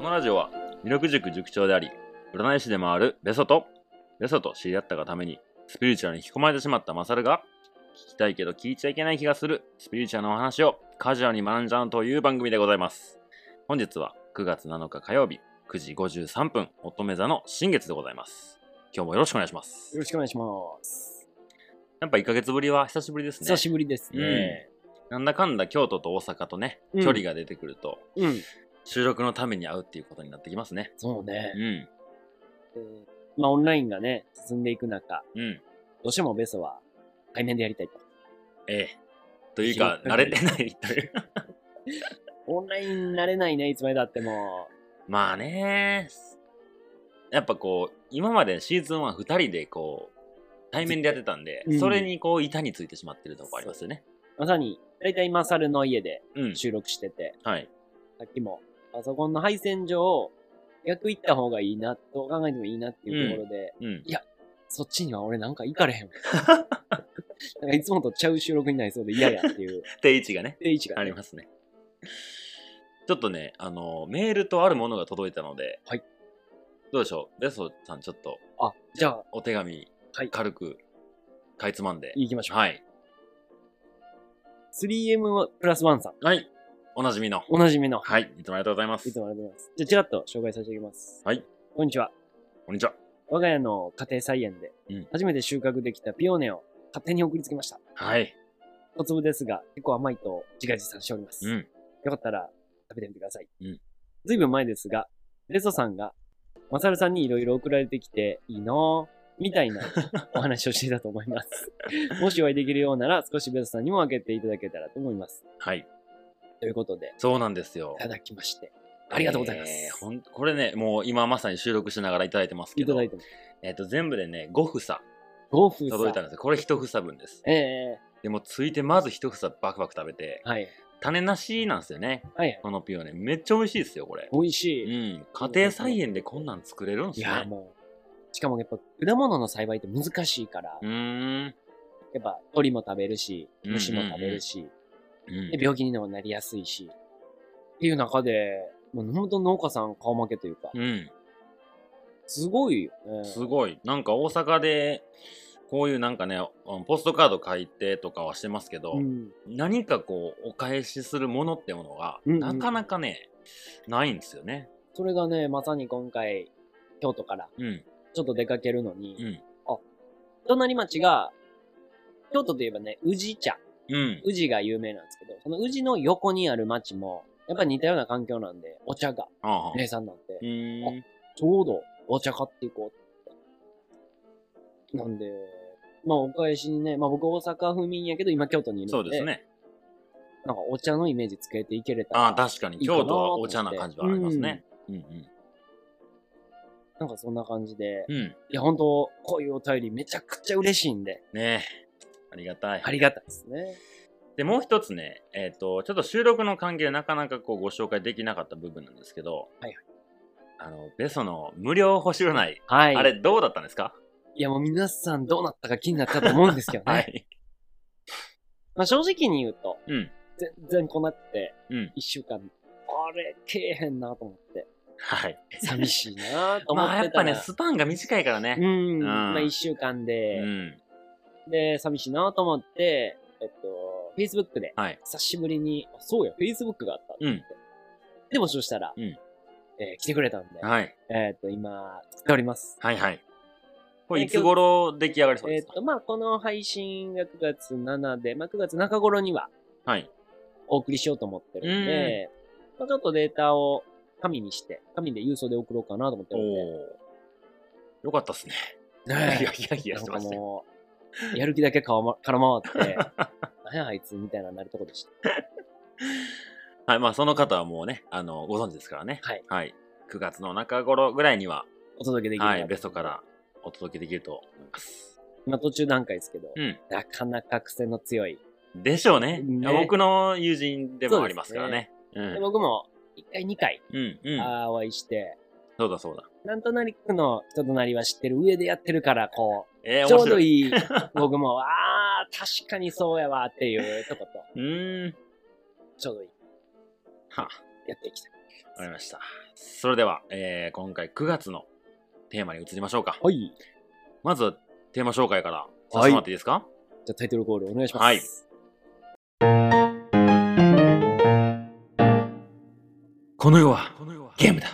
のラジオは魅力塾塾長であり占い師でもあるベソと知り合ったがためにスピリチュアルに引き込まれてしまったマサルが聞きたいけど聞いちゃいけない気がするスピリチュアルのお話をカジュアルに学んじゃうという番組でございます。本日は9月7日火曜日9時53分乙女座の新月でございます。今日もよろしくお願いします。 よろしくお願いします。 やっぱ1ヶ月ぶりは久しぶりですね。 久しぶりですね。 なんだかんだ京都と大阪とね、距離が出てくると、収録のために会うっていうことになってきますね。 そうね。まあオンラインがね、進んでいく中、どうしてもベソは対面でやりたいと。 というか、慣れてないという。 オンライン慣れないね、いつまでだっても。 まあね、やっぱこう、今までシーズン1、2人でこう、対面でやってたんで、それにこう、板についてしまってるとこありますよね。 まさに、だいたいマサルの家で収録してて、 はい。 さっきも、パソコンの配線上、逆行った方がいいな、と考えてもいいなっていうところで、いや、そっちには俺なんか行かれへん。なんかいつもとちゃう収録になりそうで嫌やっていう。 定位置がね。 定位置が、ね、 ありますね。ちょっとね、メールとあるものが届いたので、 はい。 どうでしょうベソさんちょっと、 じゃあ、 お手紙、軽く、かいつまんで。 行きましょう。 はい。 3M プラス1さん。 はい。おなじみの。はい。いつもありがとうございます。 いつもありがとうございます。じゃあ、ちらっと紹介させていただきます。はい。こんにちは。 こんにちは。 我が家の家庭菜園で、初めて収穫できたピオーネを勝手に送りつけました。 はい。 小粒ですが、結構甘いと自画自賛しております。よかったら食べてみてください。ずいぶん前ですが、レソさんが、マサルさんにいろいろ送られてきていいのみたいなお話をしていたと思います。もしお会いできるようなら、少しベソさんにも開けていただけたらと思います。 はい。 ということで。 そうなんですよ。 いただきまして。ありがとうございます。 これね、もう今まさに収録しながらいただいてますけど。 いただいてます。 全部でね、5房。届いたんですよ。これ1房分です。でもついてまず1房バクバク食べて。 はい。 種なしなんですよね。はい。このピオーネ。めっちゃ美味しいですよ、これ。 美味しい。 家庭菜園でこんなん作れるんすね。 いや、もう。しかもやっぱ果物の栽培って難しいから。やっぱ鳥も食べるし、虫も食べるし、で病気にもなりやすいし。っていう中で、もう本当農家さん顔負けというか。すごいよね。 すごい。なんか大阪で、こういうなんかね、ポストカード書いてとかはしてますけど、何かこう、お返しするものってものが、なかなかね、ないんですよね。 それがね、まさに今回、京都から、ちょっと出かけるのに、隣町が、京都といえばね、宇治茶。宇治が有名なんですけど、その宇治の横にある町も、やっぱり似たような環境なんで、お茶が名産なんで、ちょうどお茶買っていこうって。なんで、まあお返しにね、まあ僕大阪府民やけど今京都にいるので、そうですね。なんかお茶のイメージつけていけれたらいいかな。 確かに。京都はお茶な感じはありますね。 なんかそんな感じで、いや本当こういうお便りめちゃくちゃ嬉しいんで。 ねありがたい。 ありがたいですね。 で、もう一つね、ちょっと収録の関係でなかなかこうご紹介できなかった部分なんですけど、ベソの無料星占い。あれどうだったんですか？ いやもう皆さんどうなったか気になったと思うんですけどね。まあ正直に言うと、全然こうなって、一週間、あれ、けえへんなと思って。寂しいなと思ってたら。 まあやっぱね、スパンが短いからね。 まあ一週間で、で、寂しいなと思って、Facebook で、久しぶりに、そうや、Facebook があったって。でもそうしたら、来てくれたんで、今、作っております。 これいつ頃出来上がりそうですか？ まあこの配信が9月7で、まあ9月中頃には、お送りしようと思ってるんで、まあちょっとデータを紙にして、紙で郵送で送ろうかなと思ってるんで。 よかったっすね。いやしてましたよ。 もう、やる気だけ空回って、何やあいつみたいななるとこでした。 まあその方はもうね、ご存知ですからね。9月の中頃ぐらいには、 お届けできる。 ベストからお届けできると思います。 今途中段階ですけど、なかなか癖の強い。 でしょうね。僕の友人でもありますからね。 僕も1回2回、お会いして、 そうだ。 なんとなくの人となりは知ってる上でやってるから、こう、ちょうどいい、僕も、確かにそうやわっていうとこと、ちょうどいい。やっていきたい。 わかりました。それでは、今回9月のテーマに移りましょうか。 はい。 まずはテーマ紹介からさせてもらっていいですか？ じゃあタイトルコールお願いします。 はい。この世はゲームだ。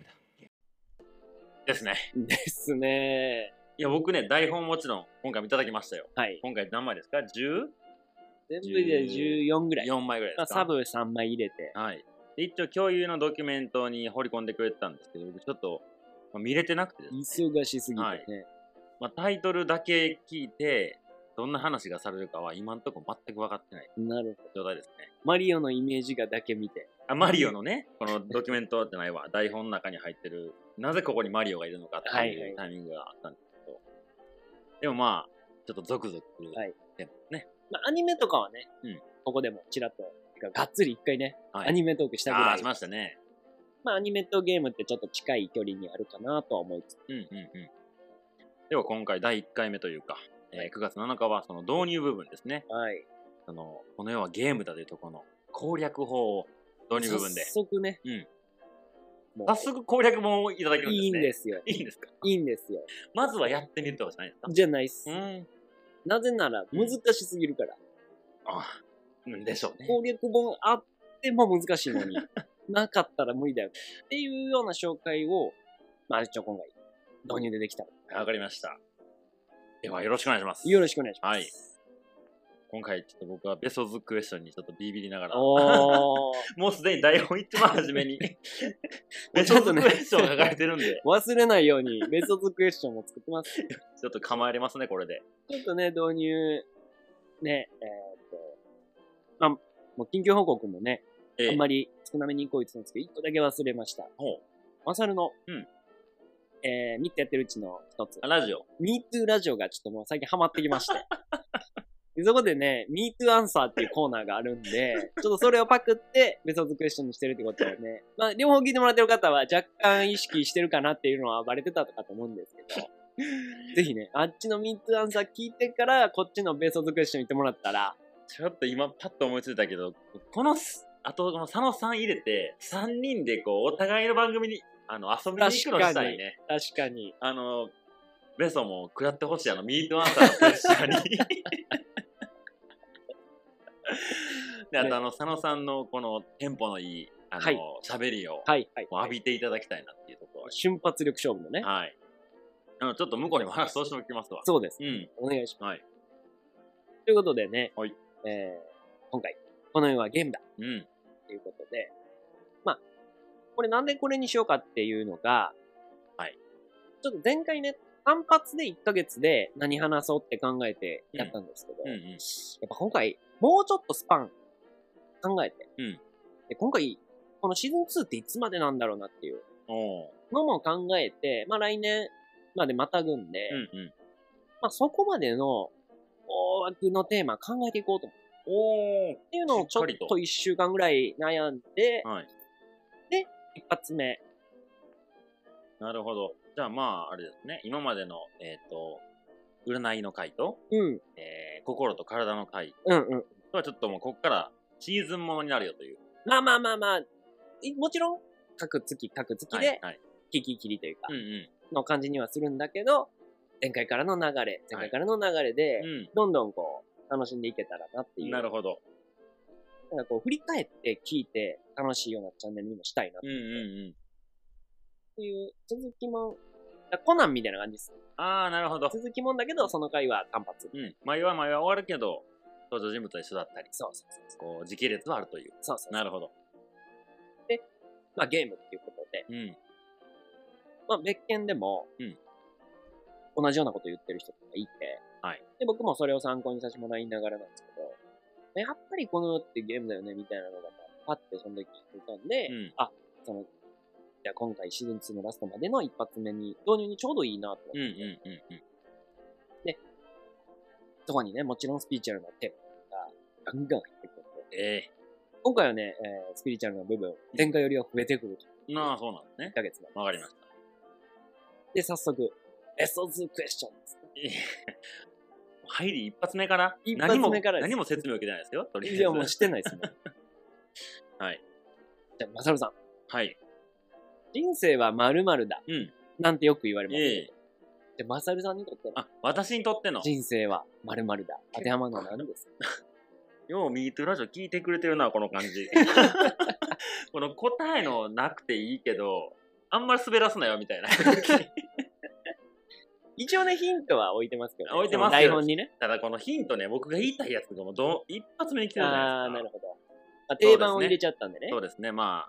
ですね。 ですね。 いや、僕ね、台本もちろん今回もいただきましたよ。 はい。 今回何枚ですか？ 10？ 全部で14ぐらい。 4枚ぐらいですか？ サブ3枚入れて。 はい。で、一応共有のドキュメントに放り込んでくれてたんですけど、僕ちょっと、見れてなくてですね。 忙しすぎてね。 はい、タイトルだけ聞いて、どんな話がされるかは今んとこ全く分かってない状態ですね。 マリオのイメージがだけ見て。 マリオのね、このドキュメントじゃないわ、台本の中に入ってる、なぜここにマリオがいるのかっていうタイミングがあったんですけど、でもちょっとゾクゾクするテーマですね。 アニメとかはね、ここでもちらっと、がっつり一回ね、アニメトークしたぐらい。 しましたね。 アニメとゲームってちょっと近い距離にあるかなとは思いつつ。 では今回第1回目というか、9月7日はその導入部分ですね。 はい。 この世はゲームだというところの攻略法を導入部分で。 早速ね。 早速攻略本をいただけるんですね。 いいんですよ。 いいんですか？ いいんですよ。 まずはやってみるとかじゃないですか？ じゃないっす。なぜなら難しすぎるから。 でしょうね。 攻略本あっても難しいのに、なかったら無理だよ。っていうような紹介を、一応今回導入でできた。 わかりました。ではよろしくお願いします。 よろしくお願いします。 はい。今回ちょっと僕はベソズクエスチョンにちょっとビビりながらもうすでに台本一番初めにベソズクエスチョン書かれてるんで忘れないようにベソズクエスチョンも作ってます。 ちょっと構えれますね、これで。 ちょっとね、導入、ね、もう緊急報告もね、あんまり少なめに行こう言ってたんですけど、1個だけ忘れました。マサルの、ミットやってるうちの一つ。 ラジオ。 MeToo ラジオがちょっともう最近ハマってきまして。そこでね、MeToo アンサーっていうコーナーがあるんで、ちょっとそれをパクってベソズクエスチョンにしてるってことでね。両方聞いてもらってる方は若干意識してるかなっていうのはバレてたかと思うんですけど、ぜひね、あっちのMeToo アンサー聞いてから、こっちのベソズクエスチョン言ってもらったら、 ちょっと今パッと思いついたけど、この佐野さん入れて、3人でお互いの番組に、遊びに行くのしたいね。 確かに。 ベソも食らってほしい、MeToo アンサーのプレッシャーに。で、あと佐野さんのこのテンポのいい、喋りを、浴びていただきたいなっていうところ。 瞬発力勝負のね。 はい。ちょっと向こうにも話そうしておきますわ。 そうです。お願いします。ということでね、今回、この世はゲームだ。ということで、これなんでこれにしようかっていうのが、ちょっと前回ね、単発で1ヶ月で何話そうって考えてやったんですけど、やっぱ今回、もうちょっとスパン考えて、で今回、このシーズン2っていつまでなんだろうなっていうのも考えて、来年までまたぐんで、そこまでの大枠のテーマ考えていこうと思って。っていうのをちょっと1週間ぐらい悩んで、で、一発目。 なるほど。じゃああれですね。今までの、占いの回と、心と体の回とはちょっともうこっからシーズンものになるよという。 もちろん、各月で、聞き切りというか、の感じにはするんだけど、前回からの流れで、どんどん楽しんでいけたらなっていう。 なるほど。 なんか振り返って聞いて楽しいようなチャンネルにもしたいなっていう続きもコナンみたいな感じです。 なるほど。 続きもんだけど、その回は単発。 前は終わるけど、登場人物は一緒だったり。時系列はあるという。なるほど。 で、ゲームっていうことで、別件でも、同じようなこと言ってる人とかいて、で、僕もそれを参考にさせてもらいながらなんですけど、やっぱりこの世ってゲームだよね、みたいなのがパッてその時聞いたんで、じゃあ今回シーズン2のラストまでの一発目に導入にちょうどいいなと思って。で、そこにね、もちろんスピリチュアルなテーマがガンガン入ってくるので、今回はね、スピリチュアルな部分、前回よりは増えてくると。 そうなんですね。 1ヶ月前。 わかりました。 で、早速、ベソズクエスチョンですね。 入り一発目から何も説明を受けてないですよ。 いや、もうしてないですもん。 はい。 じゃあ、マサルさん。 はい。 人生は〇〇だ。 うん。 なんてよく言われます。で、マサルさんにとっての。 あ、私にとっての。 人生は〇〇だ。当てはまるのは何ですか？ よう、ミートラジオ聞いてくれてるな、この感じ。この答えのなくていいけど、あんまり滑らすなよ、みたいな。 一応ね、ヒントは置いてますけど、ね。 置いてます台本にね。 ただこのヒントね、僕が言いたいやつがもう一発目に来てるじゃないですか。 ああ、なるほど。まあ、定番を入れちゃったんでね。 そうですね、まあ、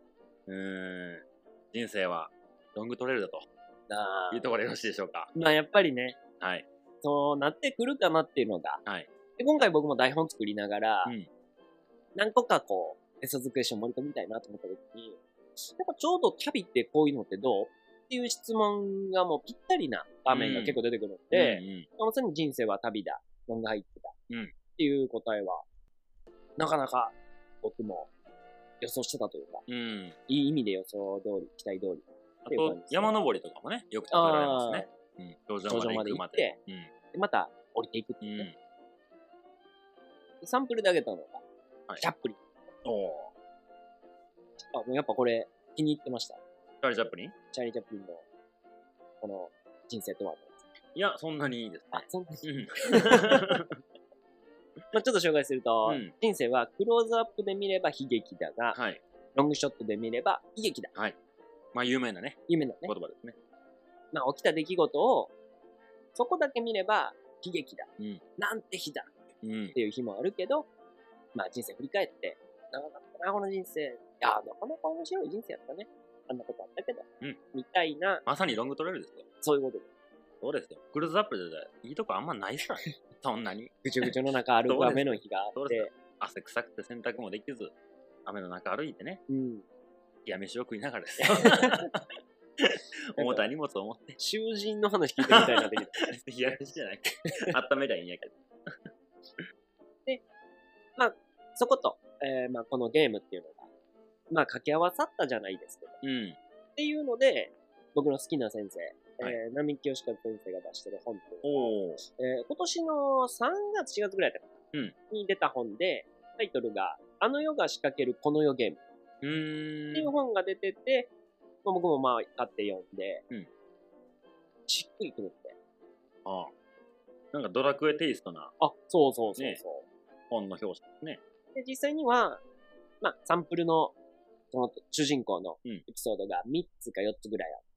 人生はロングトレイルだと。いうところでよろしいでしょうか。 まあやっぱりね、 はい。 そうなってくるかなっていうのが、 はい。 で今回僕も台本作りながら、何個かこう、テストズクエスチョン盛り込みたいなと思った時に、やっぱちょうど旅ってこういうのってどうっていう質問がもうぴったりな場面が結構出てくるので、まさに人生は旅だ、ロングハイクだ、っていう答えは、なかなか僕も予想してたというか、いい意味で予想通り、期待通り。 あと、山登りとかもね、よく例えられますね。頂上まで行って、 でまた降りていくっていうね。サンプルであげたのが、チャップリン。やっぱこれ気に入ってました。 チャーリー・チャップリン？ チャーリー・チャップリンの、この人生とは。 いや、そんなにいいですね。 あ、そんなに。まあちょっと紹介すると、人生はクローズアップで見れば悲劇だが、ロングショットで見れば悲劇だ。 まあ有名なね。 有名なね。 言葉ですね。 まあ起きた出来事を、そこだけ見れば悲劇だ。なんて日だ。っていう日もあるけど、まあ人生振り返って、長かったな、この人生。いや、なかなか面白い人生やったね。あんなことあったけど。みたいな。 まさにロングトレイルですよ。 そういうことです。 そうですよ。クルーズアップでいいとこあんまないさ。そんなに。 ぐちょぐちょの中歩く雨の日があって。 汗臭くて洗濯もできず、雨の中歩いてね。冷や飯を食いながらですよ。重たい荷物を持って。 囚人の話聞いてみたいなできる。 冷や飯じゃない。温めりゃいいんやけど。 で、まあ、そこと、まあ、このゲームっていうのが、まあ、掛け合わさったじゃないですけど。っていうので、僕の好きな先生、並木義和先生が出してる本っていうのが、今年の3月、4月ぐらいだったかな、に出た本で、タイトルが、あの世が仕掛けるこの世ゲーム。っていう本が出てて、まあ、僕もまあ買って読んで、しっくりくるって。 なんかドラクエテイストな。 そうそう。 本の表紙ですね。 で、実際には、まあ、サンプルの、その主人公のエピソードが3つか4つぐらいあって、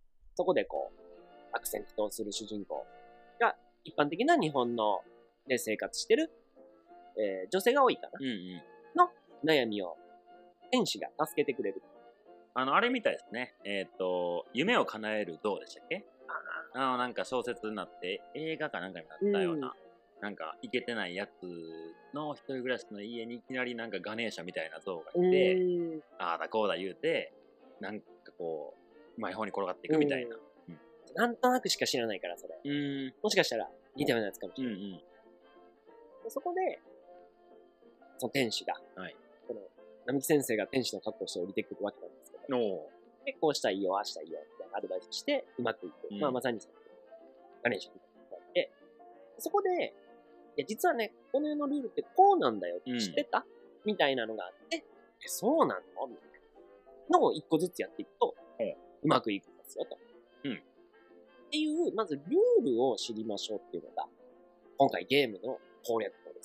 そこでこう、悪戦苦闘する主人公が、一般的な日本ので生活してる、女性が多いかな、の悩みを天使が助けてくれる。 あれみたいですね。夢を叶えるどうでしたっけ？なんか小説になって、映画かなんかになったような、なんか、イケてないやつの一人暮らしの家にいきなりなんかガネーシャみたいな像がいて、ああだこうだ言うて、なんかこう、うまい方に転がっていくみたいな。 なんとなくしか知らないから、それ。もしかしたら似たようなやつかもしれない。そこで、その天使が、この、並木先生が天使の格好をして降りてくるわけなんですけど、で、こうしたらいいよ、ああしたらいいよ、みたいなアドバイスして、うまくいく。まあ、まさにガネーシャみたいなのがあって、そこで、いや、実はね、この世のルールってこうなんだよ。知ってたみたいなのがあって、そうなのみたいなのを一個ずつやっていくと、うまくいくんですよ、と。っていう、まずルールを知りましょうっていうのが、今回ゲームの攻略法です。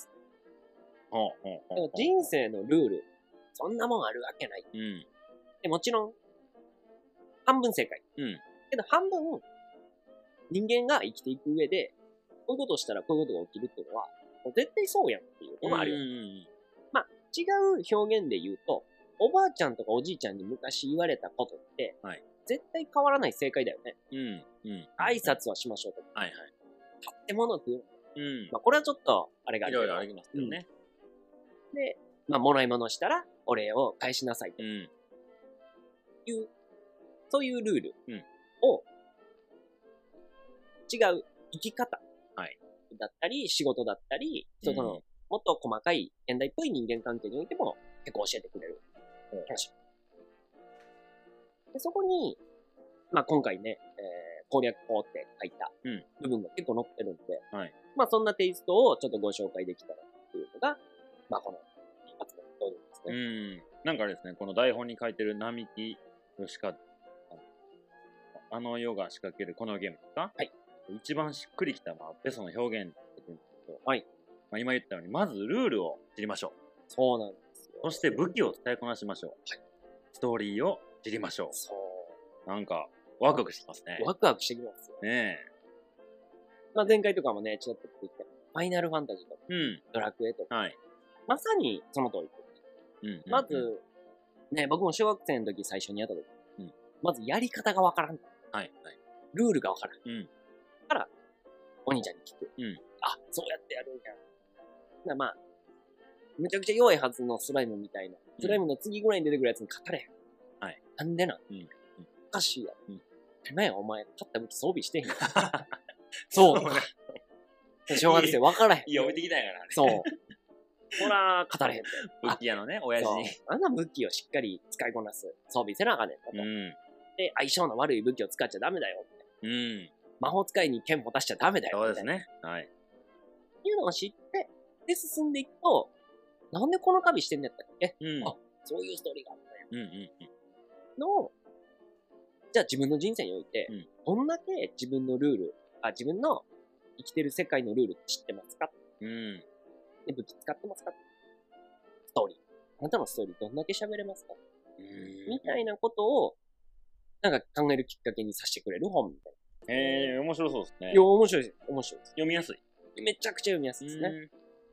人生のルール、そんなもんあるわけない。でもちろん、半分正解。けど半分、人間が生きていく上で、こういうことをしたらこういうことが起きるっていうのは、もう絶対そうやんっていうのもあるよ。まあ、違う表現で言うと、おばあちゃんとかおじいちゃんに昔言われたことって、絶対変わらない正解だよね。挨拶はしましょうとか。建物食う。まあ、これはちょっと、あれがあるけど。 いろいろありますけどね。 で、まあ、もらい物したら、お礼を返しなさいと。いう、そういうルールを、違う生き方だったり、仕事だったり、人とのもっと細かい現代っぽい人間関係においても結構教えてくれる話。でそこに、まあ今回ね、攻略法って書いた部分が結構載ってるんで、まあそんなテイストをちょっとご紹介できたらっていうのが、まあこの一発目の動画ですね。 なんかあれですね、この台本に書いてる並木義和あの世が仕掛けるこのゲームですか？ はい。 一番しっくりきたベソの表現って言うんですけど、 はい。 今言ったように、まずルールを知りましょう。 そうなんですよ。 そして武器を使いこなしましょう。 はい。 ストーリーを知りましょう。 そう。 なんか、ワクワクしてますね。 ワクワクしてきますよ。 ねえ。 まあ前回とかもね、ちょっと言ってきた。ファイナルファンタジーとか、ドラクエとか。 はい。 まさにその通り。まず、ね、僕も小学生の時最初にやった時、まずやり方がわからん。 はい。 ルールがわからん。から、お兄ちゃんに聞く。あ、そうやってやるんや。まあ、むちゃくちゃ弱いはずのスライムみたいな。スライムの次ぐらいに出てくるやつに勝たれへん。 はい。 なんでなんおかしいや。てめえ、お前、勝った武器装備してへんやん。そうか。小学生分からへん。 いや、置いてきたんやから。 そう。ほら、勝たれへんって。 武器屋のね、親父に。 あんな武器をしっかり使いこなす。装備せなあかんねんと。で、相性の悪い武器を使っちゃダメだよ。魔法使いに剣持たしちゃダメだよ。 そうですね。はい。 っていうのを知って、で、進んでいくと、なんでこの旅してんだったっけ？あ、そういうストーリーがあったよ。の、じゃあ自分の人生において、どんだけ自分のルール、自分の生きてる世界のルール知ってますか？で、武器使ってますか？ストーリー。あなたのストーリーどんだけ喋れますか？みたいなことを、なんか考えるきっかけにさせてくれる本みたいな。 面白そうですね。 いや、面白いです。面白いです。 読みやすい。 めちゃくちゃ読みやすいですね。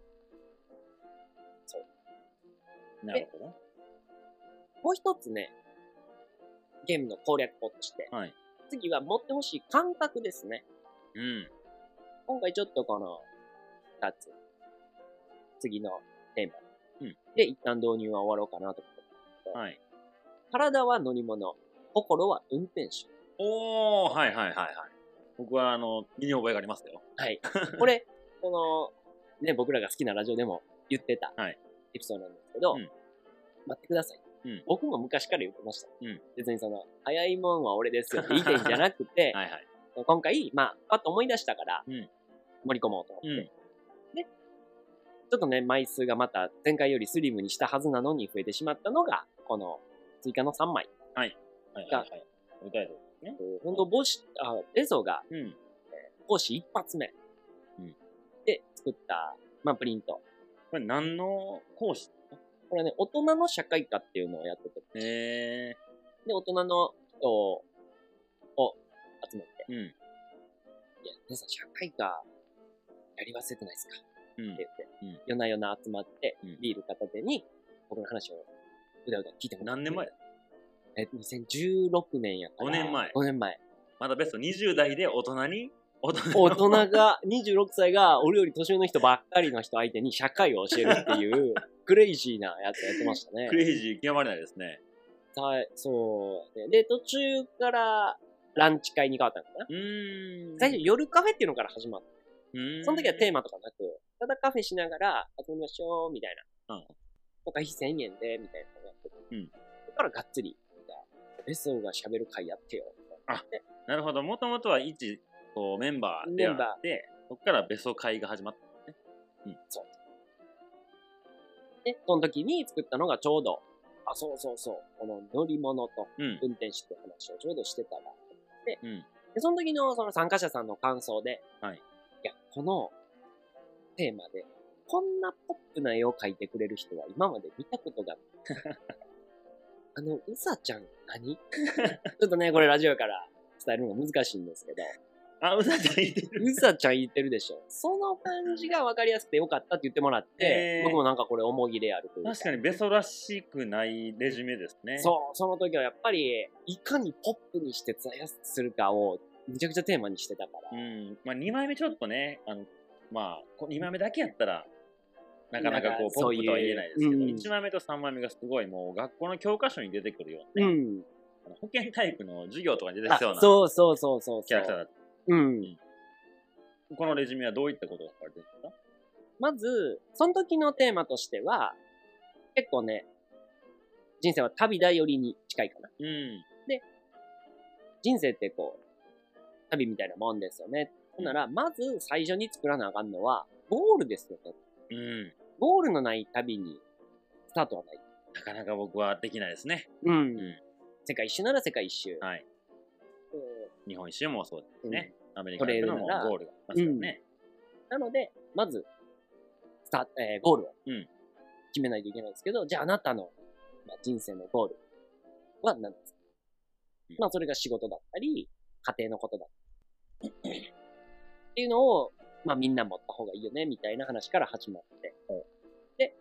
そう。 なるほど。 もう一つね、ゲームの攻略法として、次は持ってほしい感覚ですね。今回ちょっとこの2つ、次のテーマで一旦導入は終わろうかなと思って。体は乗り物、心は運転手。 はい。僕は身に覚えがありますよ。 はい。これ、ね、僕らが好きなラジオでも言ってたエピソードなんですけど、待ってください。僕も昔から言ってました。別に早いもんは俺ですよって言いたいんじゃなくて、今回、パッと思い出したから、盛り込もうと思って。で、ちょっとね、枚数がまた前回よりスリムにしたはずなのに増えてしまったのが、この追加の3枚。ほんと、ベゾが、講師一発目で作った、プリント。 これ何の講師？ これはね、大人の社会科っていうのをやってて。で、大人の人を集めて。いや、皆さん社会科やり忘れてないですか？って言って、夜な夜な集まって、ビール片手に、僕の話をうだうだ聞いてもらって。 何年前 ？2016年やから。5年前。 まだベスト20代で大人が、26歳が、俺より年上の人ばっかりの人相手に社会を教えるっていう、クレイジーなやつやってましたね。 クレイジー極まりないですね。 そう。で、途中からランチ会に変わったのかな。最初夜カフェっていうのから始まった。その時はテーマとかなく、ただカフェしながら遊びましょう、みたいな。とか、非1000円で、みたいなのやってて。そこからがっつり、ベソが喋る会やってよ。 なるほど。もともとは一メンバーであって、そこからベソ会が始まったんですね。 そう。で、その時に作ったのがちょうど、そう。この乗り物と運転手って話をちょうどしてたら。で、その時のその参加者さんの感想で、いや、このテーマで、こんなポップな絵を描いてくれる人は今まで見たことがない。うさちゃん何ちょっとね、これラジオから伝えるのが難しいんですけど。 うさちゃん言ってる。 うさちゃん言ってるでしょ。その感じが分かりやすくてよかったって言ってもらって、僕もなんかこれ思い入れあるというか。 確かにベソらしくないレジュメですね。 そう、その時はやっぱり、いかにポップにして伝えやすくするかを、めちゃくちゃテーマにしてたから。 2枚目ちょっとね、2枚目だけやったら、なかなかポップとは言えないですけど、1枚目と3枚目がすごいもう学校の教科書に出てくるような、保健体育の授業とかに出てきそうなそうキャラクターだった。このレジュメはどういったことが書かれてるんですか？ まず、その時のテーマとしては、結構ね、人生は旅だよりに近いかな。で、人生って旅みたいなもんですよね。ほんなら、まず最初に作らなあかんのは、ゴールですよね。ゴールのない旅に、スタートはない。 なかなか僕はできないですね。 世界一周なら世界一周。 日本一周もそうですね。アメリカ行くのもゴールがありますよね。 なので、まず、ゴールを決めないといけないんですけど、じゃああなたの人生のゴールは何ですか？まあそれが仕事だったり、家庭のことだったり。っていうのを、まあみんな持った方がいいよね、みたいな話から始まって。で、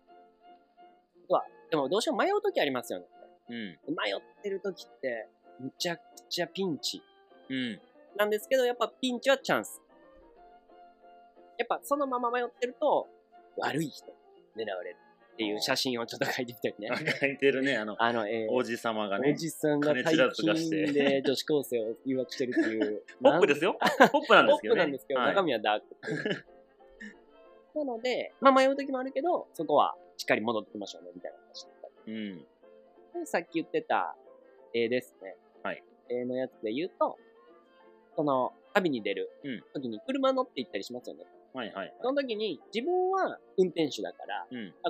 でもどうしても迷うときありますよね。迷ってるときって、むちゃくちゃピンチ。なんですけど、やっぱピンチはチャンス。やっぱそのまま迷ってると、悪い人狙われるっていう写真をちょっと書いてみたりね。 書いてるね、おじさまがね。 おじさんが大金で女子高生を誘惑してるっていう。 ポップですよ。ポップなんですけどね。 ポップなんですけど、中身はダーク。なので、まあ迷う時もあるけど、そこはしっかり戻ってきましょうね、みたいな話だったり。で、さっき言ってた絵ですね。絵のやつで言うと、その旅に出る時に車乗って行ったりしますよね。その時に自分は運転手だから、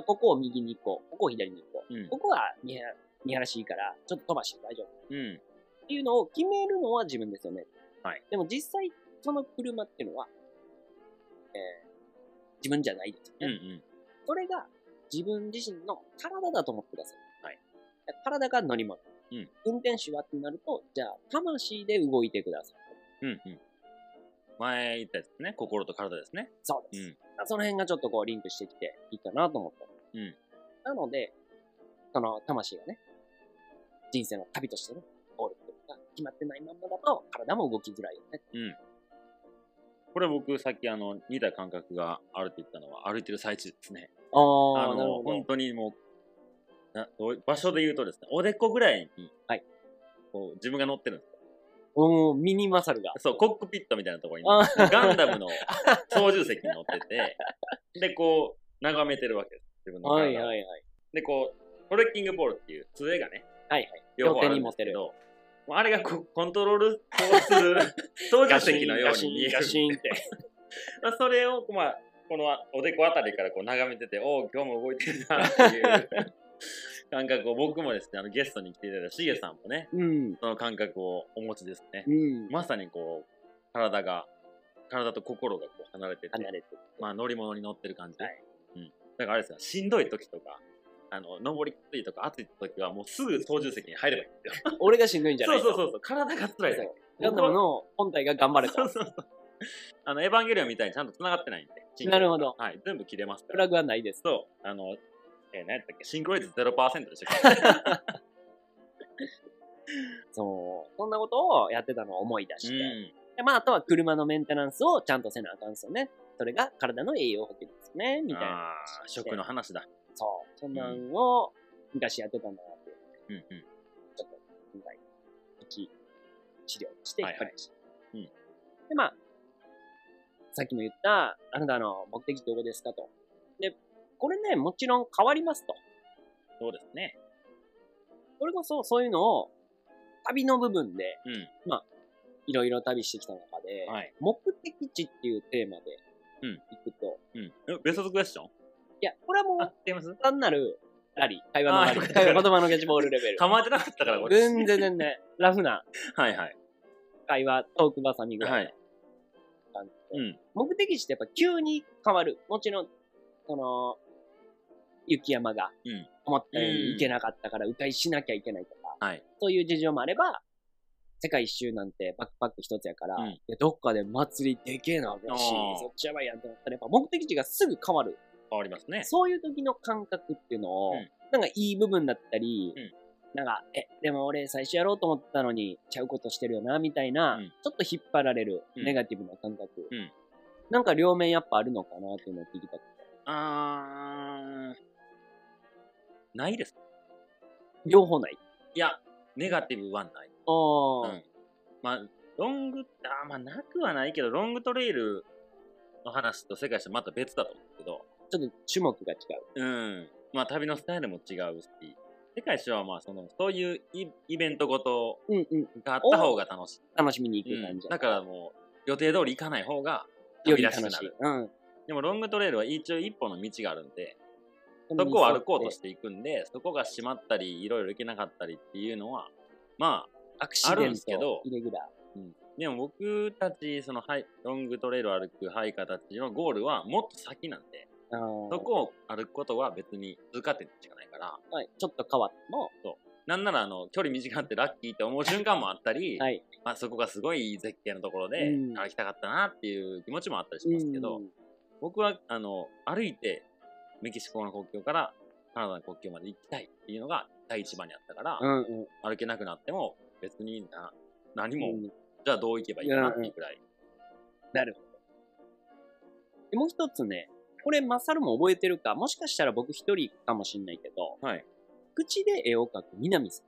ここを右に行こう、ここを左に行こう、ここは見晴らしいから、ちょっと飛ばして大丈夫。っていうのを決めるのは自分ですよね。でも実際、その車っていうのは、自分じゃないですよね。それが自分自身の体だと思ってください。体が乗り物。運転手はってなると、じゃあ、魂で動いてください。 前言ったやつですね。心と体ですね。 そうです。その辺がちょっとこうリンクしてきていいかなと思った。なので、その魂がね、人生の旅としてのゴールっていうのが決まってないまんまだと、体も動きづらいよね。 これ僕さっき似た感覚があるって言ったのは歩いてる最中ですね。本当にもう、場所で言うとですね、おでこぐらいに、こう自分が乗ってるんですよ。 ミニマサルが。 そう、コックピットみたいなところに、ガンダムの操縦席に乗ってて、で、こう、眺めてるわけです。自分の体を。で、こう、トレッキングポールっていう杖がね、両方あるんですけど、あれがコントロールする操縦席のように見える。 ガシンって。 それを、このおでこあたりからこう眺めてて、今日も動いてるなっていう感覚を僕もですね、ゲストに来ていただいたしげさんもね、その感覚をお持ちですね。まさにこう、体と心がこう離れてて、まあ乗り物に乗ってる感じ。だからあれですよ、しんどい時とか、登りきついとか暑い時はもうすぐ操縦席に入ればいいんですよ。 俺がしんどいんじゃないそう。体が辛いですよ。 ガンダムの本体が頑張れと。 エヴァンゲリオンみたいにちゃんと繋がってないんで。 なるほど。 全部切れますから。 プラグはないです。 そう。何やったっけ、シンクロ率 0% でしたっけ。 そう。そんなことをやってたのを思い出して。でまあ、あとは車のメンテナンスをちゃんとせなあかんすよね。それが体の栄養補給ですね。みたいな。 食の話だ。 そう。そんなんを昔やってたんだなって。ちょっと、今回、治療していきました。で、まあ、さっきも言った、あなたの目的どこですかと。で、これね、もちろん変わりますと。 そうですね。 それこそ、そういうのを、旅の部分で、まあ、いろいろ旅してきた中で、目的地っていうテーマで、行くと。 ベストクエスチョン？ いや、これはもう、単なる、ラリー。会話のラリー。言葉のキャッチボールレベル。 構えてなかったから、 全然、ラフな。会話、トークバサミぐらい。目的地ってやっぱ急に変わる。もちろん、その、雪山が思ったように行けなかったから迂回しなきゃいけないとか、そういう事情もあれば、世界一周なんてバックパック一つやから、どっかで祭りでけえな、嬉しい、そっちやばいやんってなったら、やっぱ目的地がすぐ変わる。 変わりますね。 そういう時の感覚っていうのを、なんかいい部分だったり、なんか、でも俺最初やろうと思ったのにちゃうことしてるよな、みたいな、ちょっと引っ張られるネガティブな感覚。なんか両面やっぱあるのかなっていうのを聞きたくて。 ないです。 両方ない？ いや、ネガティブはない。まあ、まあ、なくはないけど、ロングトレイルの話と世界一周また別だと思うけど。 ちょっと種目が違う。まあ、旅のスタイルも違うし、世界一周はまあ、そういうイベントごとがあった方が楽しい。 楽しみに行く感じ。 だからもう、予定通り行かない方が、 より楽しい。 でも、ロングトレイルは一応一本の道があるんで、そこを歩こうとしていくんで、そこが閉まったり、いろいろ行けなかったりっていうのは、まあ、 アクシデント、 あるんですけど、 イレギュラでも僕たち、ロングトレイルを歩くハイカーたちのゴールはもっと先なんで、そこを歩くことは別に通過点しかないから、 はい、ちょっと変わっても、 そう。なんなら距離短くてラッキーって思う瞬間もあったり、 はい、 まあそこがすごい絶景のところで歩きたかったなっていう気持ちもあったりしますけど、僕は歩いてメキシコの国境からカナダの国境まで行きたいっていうのが第一番にあったから、歩けなくなっても別に何も、じゃあどう行けばいいかなっていうくらい。 なるほど。でもう一つね、これマサルも覚えてるか、もしかしたら僕一人かもしんないけど、 はい。 口で絵を描く南さん。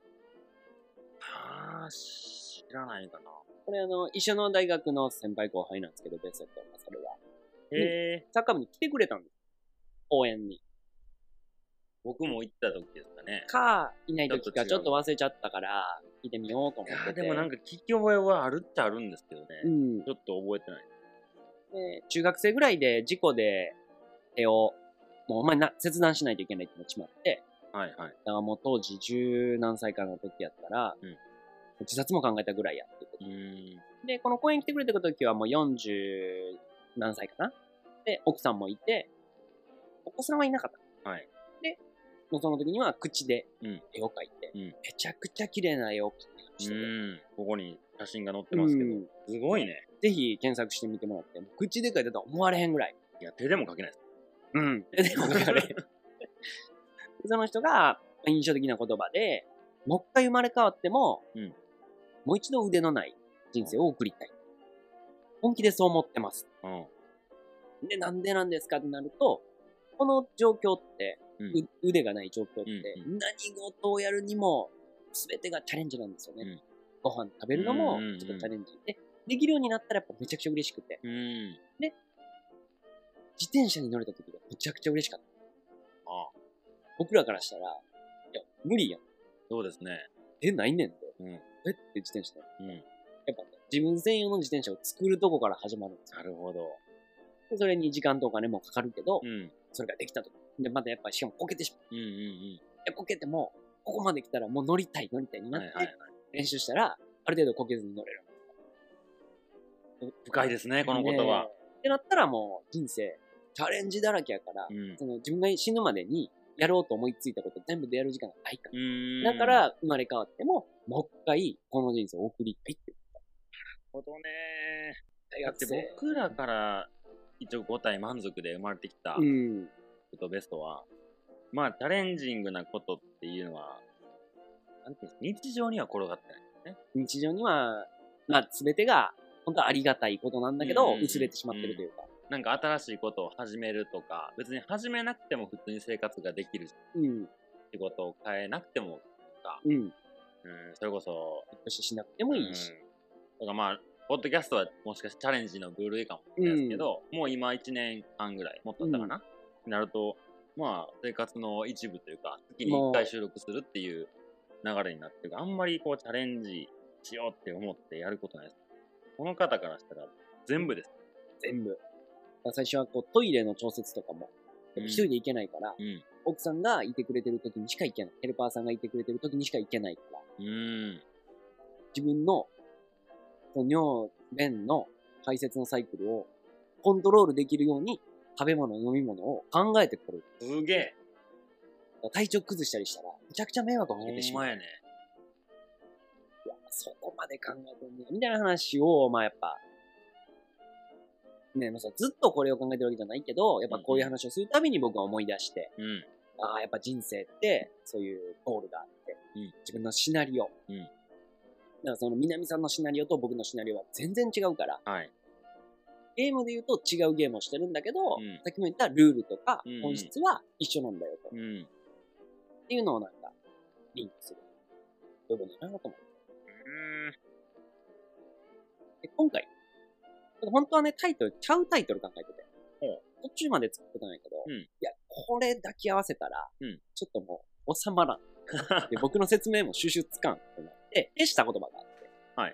知らないかな。 これ一緒の大学の先輩後輩なんですけど、ベソとマサルは。サッカー部に来てくれたんです。応援に。 僕も行った時ですかね。 いない時か、ちょっと忘れちゃったから、聞いてみようと思ってて。 でもなんか聞き覚えはあるっちゃあるんですけどね。ちょっと覚えてない。 で、中学生ぐらいで事故で手を、もうお前切断しないといけないってなっちまって、 はいはい。 だからもう当時10何歳かの時やったら、自殺も考えたぐらいやってて。で、この公園来てくれた時はもう40何歳かな。で、奥さんもいて、お子さんはいなかった。 はい。 で、もうその時には口で絵を描いて、めちゃくちゃ綺麗な絵を描いてしてて。 ここに写真が載ってますけど、すごいね。 ぜひ検索してみてもらって、口で描いたとは思われへんぐらい。 いや、手でも描けないです。 手でも描かれへん。その人が印象的な言葉で、もう一回生まれ変わっても、もう一度腕のない人生を送りたい。本気でそう思ってます。で、なんでなんですかってなると、この状況って、腕がない状況って、何事をやるにも全てがチャレンジなんですよね。ご飯食べるのもちょっとチャレンジで、できるようになったらやっぱめちゃくちゃ嬉しくて。で、自転車に乗れた時がめちゃくちゃ嬉しかった。僕らからしたら、いや、無理やん。 そうですね。 ないねんで。って自転車で。やっぱね、自分専用の自転車を作るとこから始まるんですよ。 なるほど。 でそれに時間とお金もかかるけど、それができたと。で、またやっぱしかもこけてしまう。こけても、ここまで来たらもう乗りたいになって、練習したら、ある程度こけずに乗れる。 深いですね、この言葉。 ってなったらもう人生、チャレンジだらけやから、自分が死ぬまでにやろうと思いついたこと全部でやる時間がないから。だから生まれ変わっても、もう一回この人生を送りたいって言った。なるほどね。だって僕らから一応5体満足で生まれてきたベストは、まあチャレンジングなことっていうのは、なんていうんですか、日常には転がってないですね。 日常には、まあ全てが本当はありがたいことなんだけど、薄れてしまってるというか。 なんか新しいことを始めるとか、別に始めなくても普通に生活ができるし、仕事を変えなくてもとか、それこそ、 引っ越ししなくてもいいし。 とかまあ、ポッドキャストはもしかしてチャレンジの部類かもしれないですけど、もう今1年半ぐらい、もっとあったかな、なると、まあ、生活の一部というか、月に1回収録するっていう流れになってるから、あんまりこうチャレンジしようって思ってやることないです。この方からしたら全部です。 全部。最初はこうトイレの調節とかも、一人で行けないから、奥さんがいてくれてる時にしか行けない。ヘルパーさんがいてくれてる時にしか行けないから。自分の尿、便の排泄のサイクルをコントロールできるように食べ物、飲み物を考えてくれる。 すげえ。 体調崩したりしたら、めちゃくちゃ迷惑をかけてしまう。 ほんまやね。 いや、そこまで考えてんねみたいな話を、まあやっぱ、ね、ずっとこれを考えてるわけじゃないけど、やっぱこういう話をするたびに僕は思い出して、ああ、やっぱ人生って、そういうゴールがあって、自分のシナリオ。だからその南さんのシナリオと僕のシナリオは全然違うから、ゲームで言うと違うゲームをしてるんだけど、さっきも言ったルールとか本質は一緒なんだよと。っていうのをなんか、リンクする部分だなと思って。で今回、本当はね、ちゃうタイトル考えてて。途中まで作ってたんやけど、いや、これ抱き合わせたら、ちょっともう収まらん。で僕の説明も収集つかんってなって、消した言葉があって。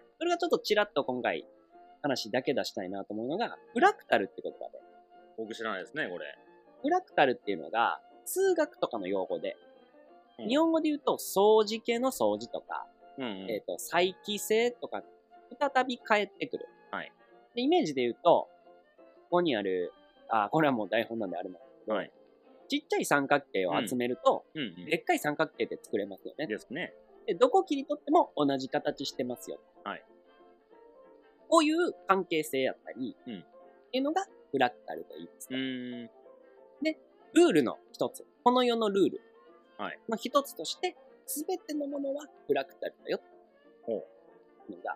それがちょっとちらっと今回、話だけ出したいなと思うのが、フラクタルって言葉で。 僕知らないですね、これ。 フラクタルっていうのが、数学とかの用語で、日本語で言うと、相似系の相似とか、再帰性とか、 再び帰ってくる。 はい。 で、イメージで言うと、ここにある、これはもう台本なんであれなんですけど、はい、ちっちゃい三角形を集めると、でっかい三角形って作れますよね。 ですね。 で、どこ切り取っても同じ形してますよ。 はい。 こういう関係性やったり、っていうのがフラクタルと言いますか。で、ルールの一つ、この世のルールの一つとして、すべてのものはフラクタルだよ。のが、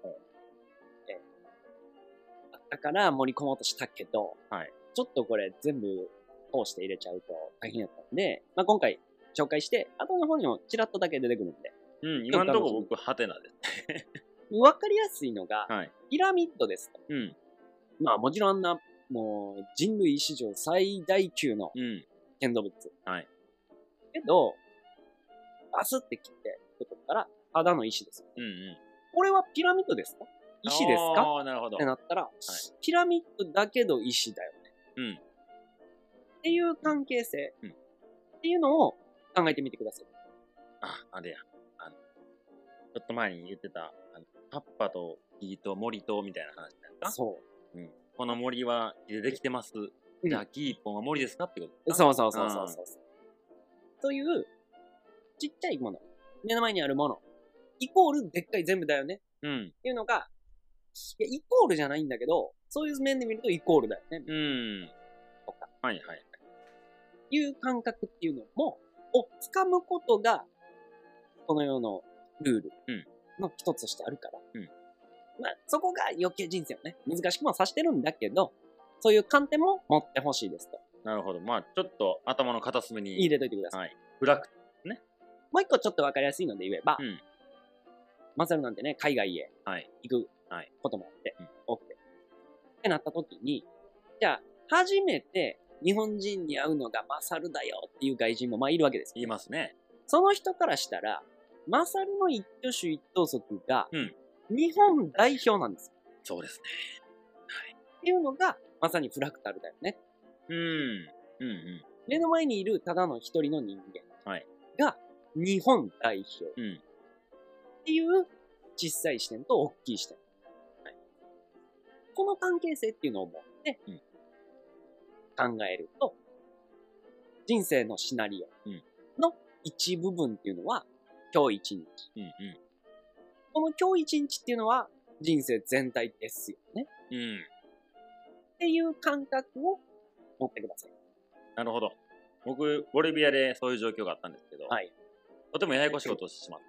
あったから盛り込もうとしたけど、はい、ちょっとこれ全部通して入れちゃうと大変やったんで、まあ、今回紹介して、後の方にもチラッとだけ出てくるんで。 今のところ僕、ハテナです。 わかりやすいのが、ピラミッドですと。まあもちろんあんな、もう人類史上最大級の建造物。けど、バスって切って取ったら、ただの石です。これはピラミッドですか？石ですか？ なるほど。 ってなったら、ピラミッドだけど石だよね。っていう関係性っていうのを考えてみてください。 あれや。ちょっと前に言ってた、葉っぱと木と森とみたいな話ですか？ そう。 この森は木でできてます。じゃあ木一本は森ですかってことですか？そう。そういう、ちっちゃいもの、目の前にあるもの、イコールでっかい全部だよね。っていうのが、いや、イコールじゃないんだけど、そういう面で見るとイコールだよね。とか。いう感覚っていうのを掴むことが、この世のルールの一つとしてあるから。まあ、そこが余計人生をね、難しくもさしてるんだけど、そういう観点も持ってほしいですと。 なるほど。まあ、ちょっと頭の片隅に入れといてください。 フラクね。 もう一個ちょっとわかりやすいので言えば、マサルなんてね、海外へ行くこともあって、多くて。ってなった時に、じゃあ、初めて日本人に会うのがマサルだよっていう外人もまあいるわけです。 いますね。 その人からしたら、マサルの一挙手一投足が、日本代表なんですよ。 そうですね。 っていうのが、まさにフラクタルだよね。目の前にいるただの一人の人間が、日本代表。っていう小さい視点と大きい視点。この関係性っていうのを持って考えると、人生のシナリオの一部分っていうのは、今日一日。この今日一日っていうのは人生全体ですよね。っていう感覚を持ってください。 なるほど。僕、ボリビアでそういう状況があったんですけど、とてもややこしいことをしてしまって。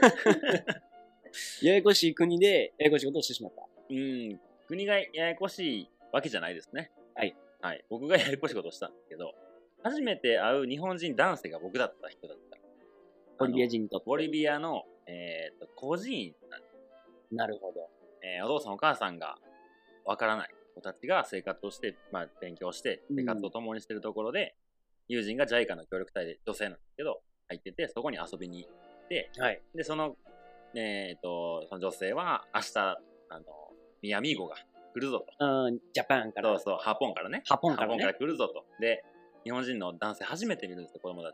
ややこしい国でややこしいことをしてしまった。 国がややこしいわけじゃないですね。僕がややこしいことをしたんですけど、初めて会う日本人男性が僕だった人だった。 ボリビア人にとって。 ボリビアの、孤児院なんです。 なるほど。 お父さんお母さんがわからない子たちが生活をして、勉強して、生活を共にしているところで、友人が JICA の協力隊で女性なんですけど、入ってて、そこに遊びに行って、で、その女性は明日、ミヤミーゴが来るぞと。 ジャパンから。 そう、ハポンからね。 ハポンから来るぞと。で、日本人の男性初めて見るんですよ、子供だって。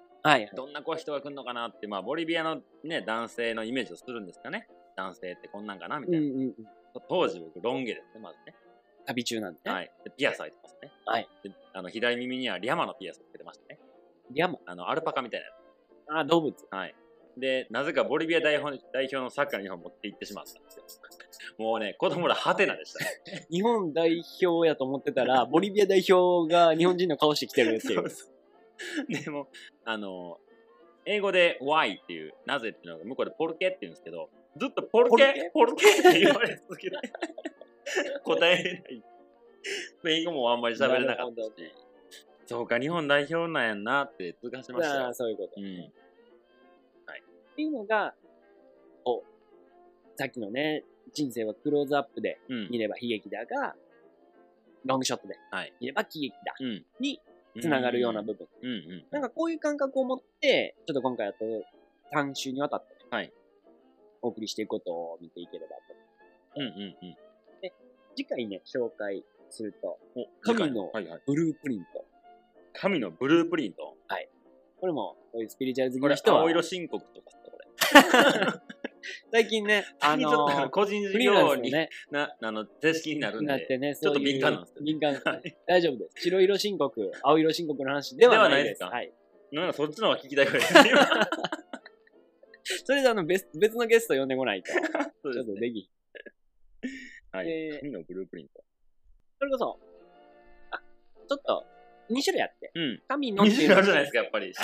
どんな人が来るのかなって、ボリビアのね、男性のイメージをするんですかね。男性ってこんなんかなみたいな。当時僕、ロン毛ですね、まずね。 旅中なんでね。 でピアス開いてますね。で左耳にはリャマのピアスをつけてましたね。 リャマ？ アルパカみたいなやつ。 動物。 で、なぜかボリビア代表のサッカーの日本持って行ってしまったんですよ。もうね、子供らハテナでしたね。 日本代表やと思ってたら、ボリビア代表が日本人の顔してきてるっていう。 でも、英語で why っていう、なぜっていうのが向こうでポルケって言うんですけど、ずっとポルケって言われ続けて、答えれない。スペイン語もあんまり喋れなかったし、そうか、日本代表なんやんなって痛感しましたよ。 そういうこと。っていうのが、さっきのね、人生はクローズアップで見れば悲劇だが、ロングショットで見れば喜劇だ、につながるような部分。なんかこういう感覚を持って、ちょっと今回だと3週にわたって、お送りしていくことを見ていければと。で、次回ね、紹介すると、神のブループリント。 神のブループリント？ これも、こういうスピリチュアル好きな人は。 青色申告とかこれ。 最近ね、 ちょっと個人事フリーラ業に、 ンスね、 正式になるんで、 なってね、 ちょっと敏感なんですけど。 敏感ですね。大丈夫です。白色申告、青色申告の話ではないです。 ではなはい。 なんかそっちの方が聞きたいぐらいです。 それで別のゲスト呼んでこないと。 そうですね。 ちょっとでき。 はい。紙のブループリント。 それこそ、ちょっと、2種類あって。 うん。 紙の 2種類あるじゃないですか、やっぱり。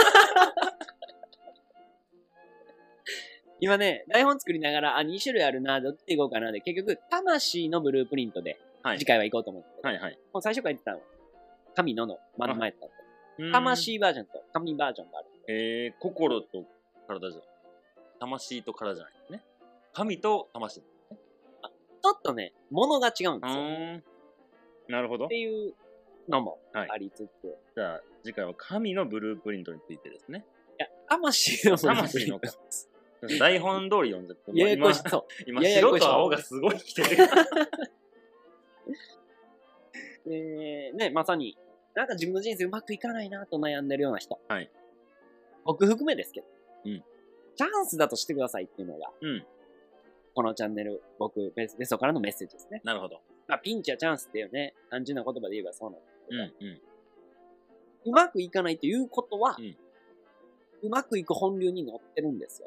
今ね、台本作りながら、2種類あるな、どっちでいこうかなで、結局、魂のブループリントで、次回は行こうと思って。 はいはい。 もう最初から言ってたのは、神のまんまやったんで。魂バージョンと神バージョンがある。 心と体じゃない。魂と体じゃないですね。神と魂ですね。 ちょっとね、物が違うんですよ。 なるほど。 っていうのもありつつ。 じゃあ、次回は神のブループリントについてですね。 いや、魂のブループリント。 台本通り読んじゃって。 ややこしそう。 今、白と青がすごい来てる。 ね、まさに、なんか自分の人生うまくいかないなと悩んでるような人。 はい。 僕含めですけど。 うん。 チャンスだとしてくださいっていうのが、 うん。 このチャンネル、僕、ベストからのメッセージですね。 なるほど。 まあ、ピンチやチャンスっていうね、単純な言葉で言えばそうなんですけど、 うまくいかないということは、うまくいく本流に乗ってるんですよ。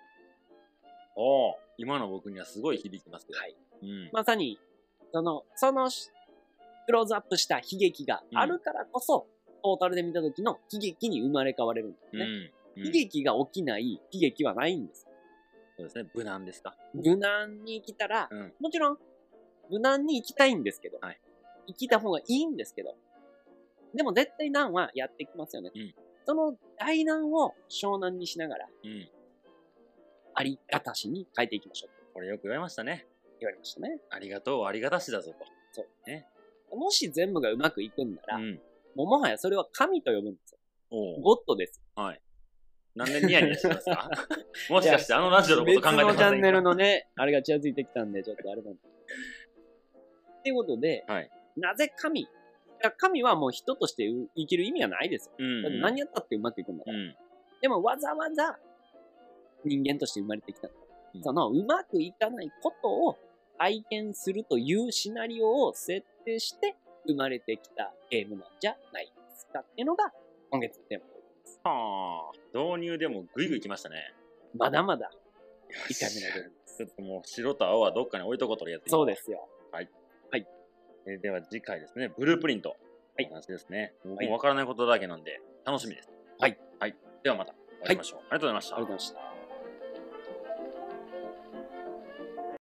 今の僕にはすごい響きますけど。 はい。まさに、その、クローズアップした悲劇があるからこそ、トータルで見た時の悲劇に生まれ変われるんですね。悲劇が起きない悲劇はないんです。 そうですね。無難ですか？ 無難に生きたら、もちろん、無難に生きたいんですけど、生きた方がいいんですけど、でも絶対難はやってきますよね。その大難を小難にしながら、ありがたしに変えていきましょう。 これよく言われましたね。 言われましたね。 ありがとう、ありがたしだぞと。 そうね。もし全部がうまくいくんなら、もはやそれは神と呼ぶんですよ。ゴッドです。 はい。なんでニヤニヤしてますか？もしかしてあのラジオのこと考えてませんか？ 別のチャンネルのね、あれが近づいてきたんで、ちょっとあれなんですけど。っていうことで、なぜ神？神はもう人として生きる意味はないですよ。だって何やったってうまくいくんだから。でもわざわざ人間として生まれてきたんだ。そのうまくいかないことを体験するというシナリオを設定して生まれてきたゲームなんじゃないですかっていうのが今月のテーマです。 はあ、導入でもグイグイ来ましたね。 まだまだ1回目のゲームです。 ちょっともう白と青はどっかに置いとこうとるやつ。 そうですよ。 はい。はい。では次回ですね、ブループリント。はい。話ですね。もうわからないことだらけなんで楽しみです。はい。はい。ではまたお会いしましょう。ありがとうございました。 ありがとうございました。